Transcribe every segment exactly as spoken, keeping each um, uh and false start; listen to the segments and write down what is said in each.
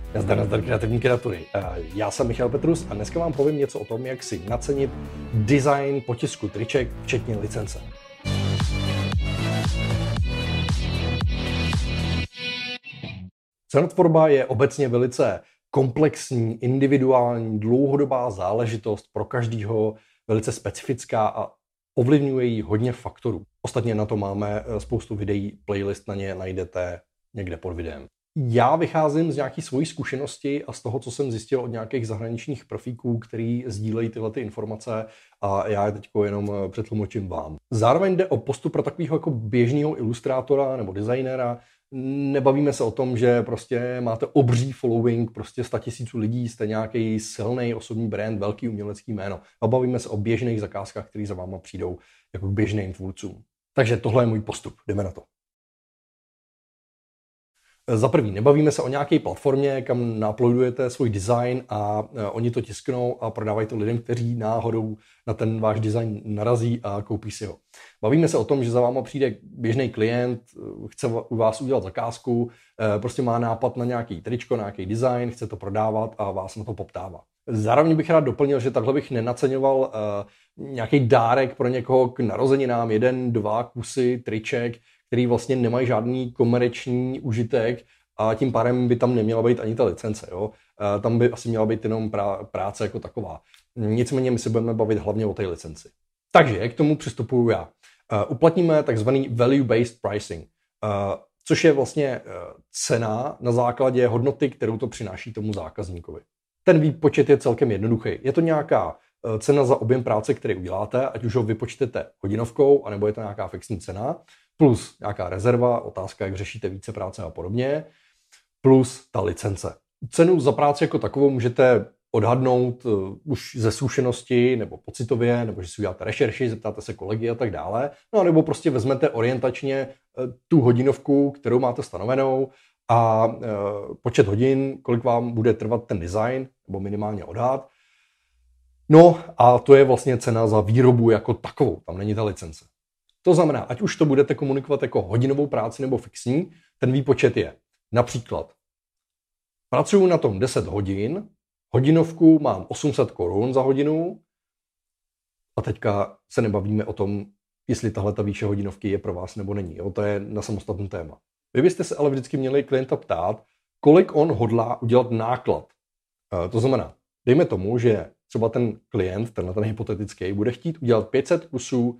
Nazdar, nazdar kreativní kreatury. Já jsem Michal Petrus a dneska vám povím něco o tom, jak si nacenit design potisku triček, včetně licence. Cenotvorba je obecně velice komplexní, individuální, dlouhodobá záležitost pro každého, velice specifická a ovlivňuje ji hodně faktorů. Ostatně na to máme spoustu videí, playlist na ně najdete někde pod videem. Já vycházím z nějaké svojí zkušenosti a z toho, co jsem zjistil od nějakých zahraničních profíků, který sdílejí tyhle ty informace a já je teď jenom přetlumočím vám. Zároveň jde o postup pro takového jako běžného ilustrátora nebo designéra. Nebavíme se o tom, že prostě máte obří following, prostě sta tisíců lidí, jste nějaký silný osobní brand, velký umělecký jméno. A bavíme se o běžných zakázkách, které za váma přijdou jako k běžným tvůrcům. Takže tohle je můj postup. Jdeme na to. Za prvý, nebavíme se o nějaké platformě, kam nauploadujete svůj design a oni to tisknou a prodávají to lidem, kteří náhodou na ten váš design narazí a koupí si ho. Bavíme se o tom, že za váma přijde běžný klient, chce u vás udělat zakázku, prostě má nápad na nějaký tričko, na nějaký design, chce to prodávat a vás na to poptává. Zároveň bych rád doplnil, že takhle bych nenaceňoval nějaký dárek pro někoho k narozeninám, jeden, dva kusy triček, který vlastně nemají žádný komerční užitek a tím pádem by tam neměla být ani ta licence. Jo? Tam by asi měla být jenom práce jako taková. Nicméně my se budeme bavit hlavně o té licenci. Takže jak k tomu přistupuju já? Uplatníme takzvaný value-based pricing, což je vlastně cena na základě hodnoty, kterou to přináší tomu zákazníkovi. Ten výpočet je celkem jednoduchý. Je to nějaká cena za objem práce, který uděláte, ať už ho vypočtete hodinovkou, anebo je to nějaká fixní cena, plus nějaká rezerva, otázka, jak řešíte více práce a podobně, plus ta licence. Cenu za práci jako takovou můžete odhadnout uh, už ze zkušenosti nebo pocitově, nebo že si uděláte rešerši, zeptáte se kolegy a tak dále, no nebo prostě vezmete orientačně uh, tu hodinovku, kterou máte stanovenou a uh, počet hodin, kolik vám bude trvat ten design, nebo minimálně odhad. No a to je vlastně cena za výrobu jako takovou, tam není ta licence. To znamená, ať už to budete komunikovat jako hodinovou práci nebo fixní, ten výpočet je například pracuju na tom deset hodin, hodinovku mám osm set korun za hodinu a teďka se nebavíme o tom, jestli tahle ta výše hodinovky je pro vás nebo není. Jo? To je na samostatný téma. Vy byste se ale vždycky měli klienta ptát, kolik on hodlá udělat náklad. E, to znamená, dejme tomu, že třeba ten klient, tenhle ten hypotetický, bude chtít udělat pět set kusů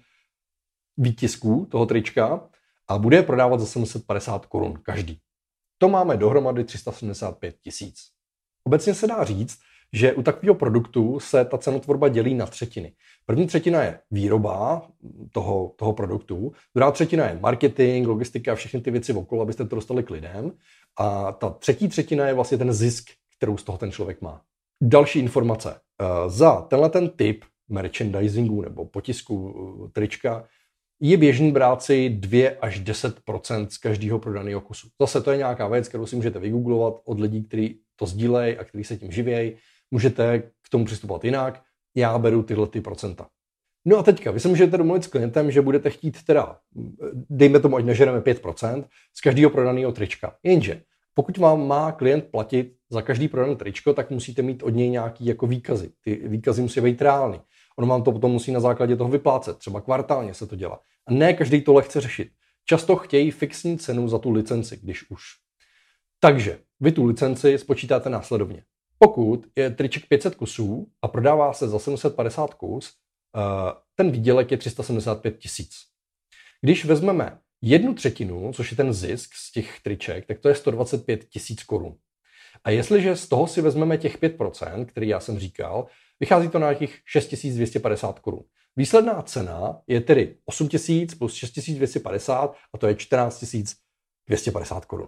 výtisků toho trička a bude je prodávat za sedm set padesát korun každý. To máme dohromady tři sta sedmdesát pět tisíc. Obecně se dá říct, že u takového produktu se ta cenotvorba dělí na třetiny. První třetina je výroba toho, toho produktu, druhá třetina je marketing, logistika a všechny ty věci okolo, abyste to dostali k lidem. A ta třetí třetina je vlastně ten zisk, kterou z toho ten člověk má. Další informace. Za tenhle ten typ merchandisingu nebo potisku trička je běžný brát si dva až deset procent z každého prodaného kusu. Zase to je nějaká věc, kterou si můžete vygooglovat od lidí, kteří to sdílejí a kteří se tím živějí. Můžete k tomu přistupovat jinak. Já beru tyhle ty procenta. No a teďka, vy se můžete domluvit s klientem, že budete chtít teda, dejme tomu, ať nežereme pět procent z každého prodaného trička. Jenže pokud vám má klient platit za každý prodané tričko, tak musíte mít od něj nějaký jako výkazy. Ty výkazy musí být reální. On vám to potom musí na základě toho vyplácet. Třeba kvartálně se to dělá. A ne každý tohle chce řešit. Často chtějí fixní cenu za tu licenci, když už. Takže vy tu licenci spočítáte následovně. Pokud je triček pět set kusů a prodává se za sedm set padesát kus, ten výdělek je tři sta sedmdesát pět tisíc. Když vezmeme jednu třetinu, což je ten zisk z těch triček, tak to je sto dvacet pět tisíc korun. A jestliže z toho si vezmeme těch pět procent, který já jsem říkal, vychází to na nějakých šest tisíc dvě stě padesát korun. Výsledná cena je tedy osm tisíc plus šest tisíc dvě stě padesát a to je čtrnáct tisíc dvě stě padesát korun.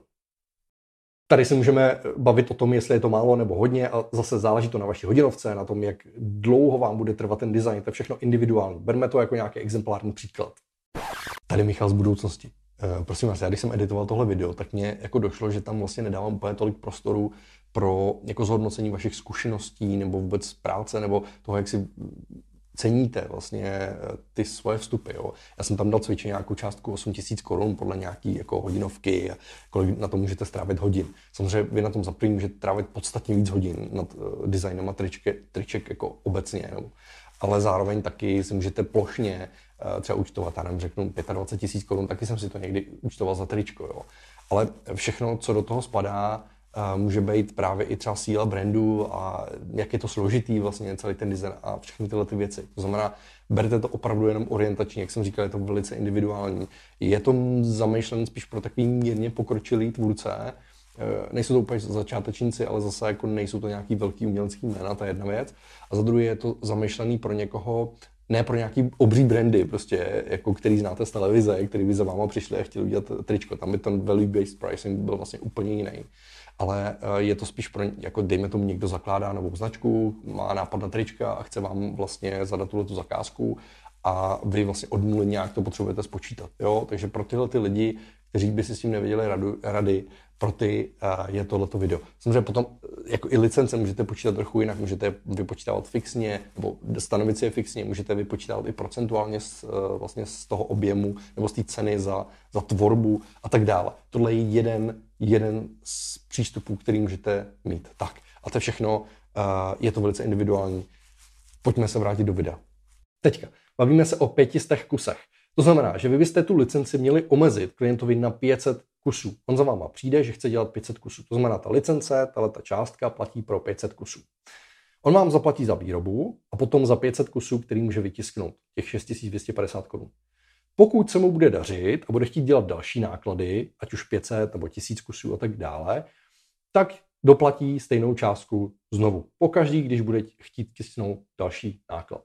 Tady se můžeme bavit o tom, jestli je to málo nebo hodně a zase záleží to na vaší hodinovce, na tom, jak dlouho vám bude trvat ten design, to je všechno individuální. Berme to jako nějaký exemplární příklad. Tady Michal z budoucnosti. E, prosím vás, já když jsem editoval tohle video, tak mě jako došlo, že tam vlastně nedávám úplně tolik prostoru pro jako zhodnocení vašich zkušeností nebo vůbec práce nebo toho, jak si ceníte vlastně ty svoje vstupy. Jo. Já jsem tam dal cvičit nějakou částku osm tisíc korun podle nějaký jako hodinovky a kolik na to můžete strávit hodin. Samozřejmě vy na tom za první můžete trávit podstatně víc hodin nad uh, designem a tričke, triček jako obecně. Jo. Ale zároveň taky si můžete plošně uh, třeba účtovat, já nevím, řeknu dvacet pět tisíc korun, taky jsem si to někdy účtoval za tričko. Jo. Ale všechno, co do toho spadá, může být právě i třeba síla brandu a jak je to složitý vlastně celý ten design a všechny tyhle ty věci. To znamená, berte to opravdu jenom orientačně, jak jsem říkal, je to velice individuální. Je to zamýšlené spíš pro takový mírně pokročilý tvůrce. Nejsou to úplně začátečníci, ale zase jako nejsou to nějaký velký umělecký jména, to je jedna věc. A za druhé je to zamýšlený pro někoho, ne pro nějaký obří brandy, prostě, jako který znáte z televize, který by za váma přišli a chtěli udělat tričko. Tam by ten value-based pricing byl vlastně úplně jiný. Ale je to spíš pro, jako dejme tomu, někdo zakládá novou značku, má nápad na trička a chce vám vlastně zadat tuhletu zakázku a vy vlastně od nuly nějak to potřebujete spočítat. Jo? Takže pro tyhle ty lidi, kteří by si s tím nevěděli radu, rady, pro ty je tohleto video. Samozřejmě potom jako i licence můžete počítat trochu jinak, můžete vypočítávat fixně, nebo stanovit si je fixně, můžete vypočítávat i procentuálně z, vlastně z toho objemu nebo z té ceny za, za tvorbu a tak dále. Tohle je jeden, jeden z přístupů, který můžete mít. Tak, a to je všechno, je to velice individuální. Pojďme se vrátit do videa. Teďka, bavíme se o pětistech kusech. To znamená, že vy byste tu licenci měli omezit klientovi na pět set kusů. On za váma přijde, že chce dělat pět set kusů. To znamená, ta licence, tato částka platí pro pět set kusů. On vám zaplatí za výrobu a potom za pět set kusů, který může vytisknout, těch šest tisíc dvě stě padesát korun. Pokud se mu bude dařit a bude chtít dělat další náklady, ať už pět set nebo tisíc kusů a tak dále, tak doplatí stejnou částku znovu. Pokaždý, když bude chtít tisknout další náklad.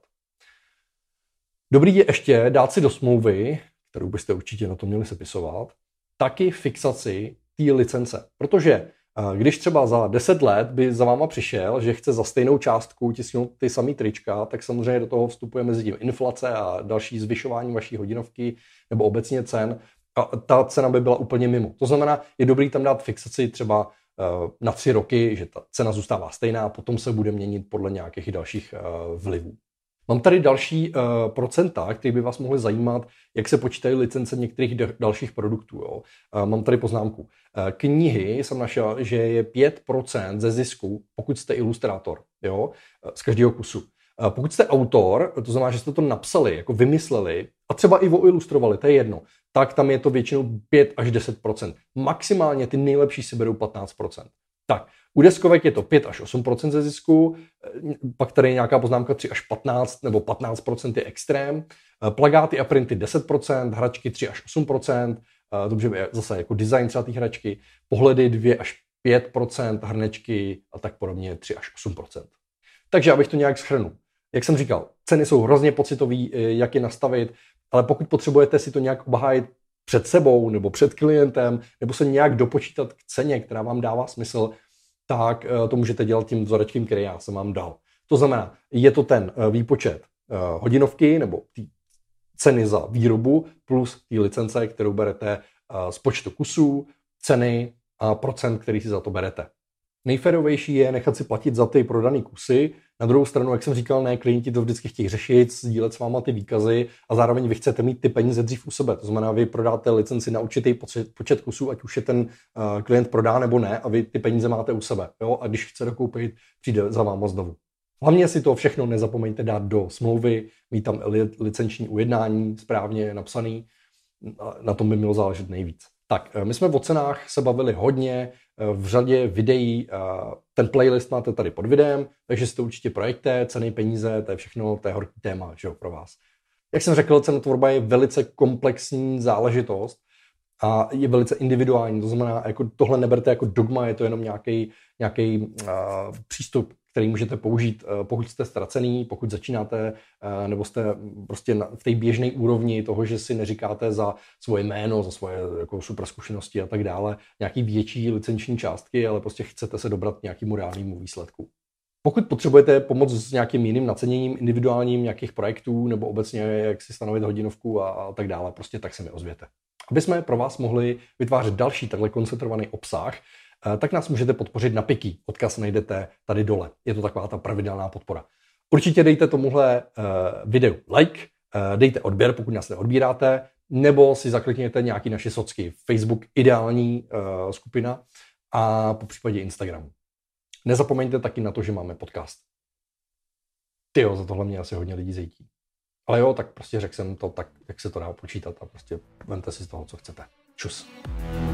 Dobrý je ještě dát si do smlouvy, kterou byste určitě na to měli sepisovat, taky fixaci té licence. Protože když třeba za deset let by za váma přišel, že chce za stejnou částku tisknout ty samý trička, tak samozřejmě do toho vstupuje mezi tím inflace a další zvyšování vaší hodinovky nebo obecně cen. A ta cena by byla úplně mimo. To znamená, je dobrý tam dát fixaci třeba na tři roky, že ta cena zůstává stejná a potom se bude měnit podle nějakých dalších vlivů. Mám tady další uh, procenta, které by vás mohly zajímat, jak se počítají licence některých d- dalších produktů. Jo. Uh, mám tady poznámku. Uh, knihy jsem našel, že je pět procent ze zisku, pokud jste ilustrátor, jo, z každého kusu. Uh, pokud jste autor, to znamená, že jste to napsali, jako vymysleli a třeba i oilustrovali, to je jedno, tak tam je to většinou pět až deset procent. Maximálně ty nejlepší si berou patnáct procent. Tak, u deskovek je to pět až osm procent ze zisku, pak tady je nějaká poznámka tři až patnáct nebo patnáct procent je extrém, plagáty a printy deset procent, hračky tři až osm procent, dobře, zase jako design třeba té hračky, pohledy dva až pět procent, hrnečky a tak podobně tři až osm procent. Takže abych to nějak shrnul. Jak jsem říkal, ceny jsou hrozně pocitový, jak je nastavit, ale pokud potřebujete si to nějak obhájit před sebou nebo před klientem, nebo se nějak dopočítat k ceně, která vám dává smysl, tak to můžete dělat tím vzorečkem, který já jsem vám dal. To znamená, je to ten výpočet hodinovky nebo ty ceny za výrobu plus ty licence, kterou berete z počtu kusů, ceny a procent, který si za to berete. Nejférovější je nechat si platit za ty prodané kusy. Na druhou stranu, jak jsem říkal, ne, klienti to vždycky chtějí řešit, sdílet s váma ty výkazy a zároveň vy chcete mít ty peníze dřív u sebe. To znamená, vy prodáte licenci na určitý počet kusů, ať už je ten uh, klient prodá nebo ne, a vy ty peníze máte u sebe. Jo? A když chce dokoupit, přijde za váma znovu. Hlavně si to všechno nezapomeňte dát do smlouvy, mít tam li- licenční ujednání správně napsaný, na tom by mělo záležet nejvíc. Tak, my jsme o cenách se bavili hodně, v řadě videí, ten playlist máte tady pod videem, takže si to určitě projekte, ceny, peníze, to je všechno, to je horký téma, že jo, pro vás. Jak jsem řekl, cenotvorba je velice komplexní záležitost a je velice individuální, to znamená, jako tohle neberte jako dogma, je to jenom nějaký, nějaký uh, přístup, který můžete použít, pokud jste ztracený, pokud začínáte, nebo jste prostě v té běžné úrovni toho, že si neříkáte za svoje jméno, za svoje jako super zkušenosti a tak dále, nějaký větší licenční částky, ale prostě chcete se dobrat nějakému reálnému výsledku. Pokud potřebujete pomoc s nějakým jiným naceněním individuálním nějakých projektů nebo obecně jak si stanovit hodinovku a, a tak dále, prostě tak se mi ozvěte. Aby jsme pro vás mohli vytvářet další takhle koncentrovaný obsah, tak nás můžete podpořit na Piky. Odkaz najdete tady dole. Je to taková ta pravidelná podpora. Určitě dejte tomuhle uh, videu like, uh, dejte odběr, pokud nás neodbíráte, nebo si zaklikněte nějaký naše socky. Facebook ideální uh, skupina a po případě Instagram. Nezapomeňte taky na to, že máme podcast. Tyjo, za tohle mě asi hodně lidí zejtí. Ale jo, tak prostě řekl jsem to tak, jak se to dá počítat a prostě vemte si z toho, co chcete. Čus.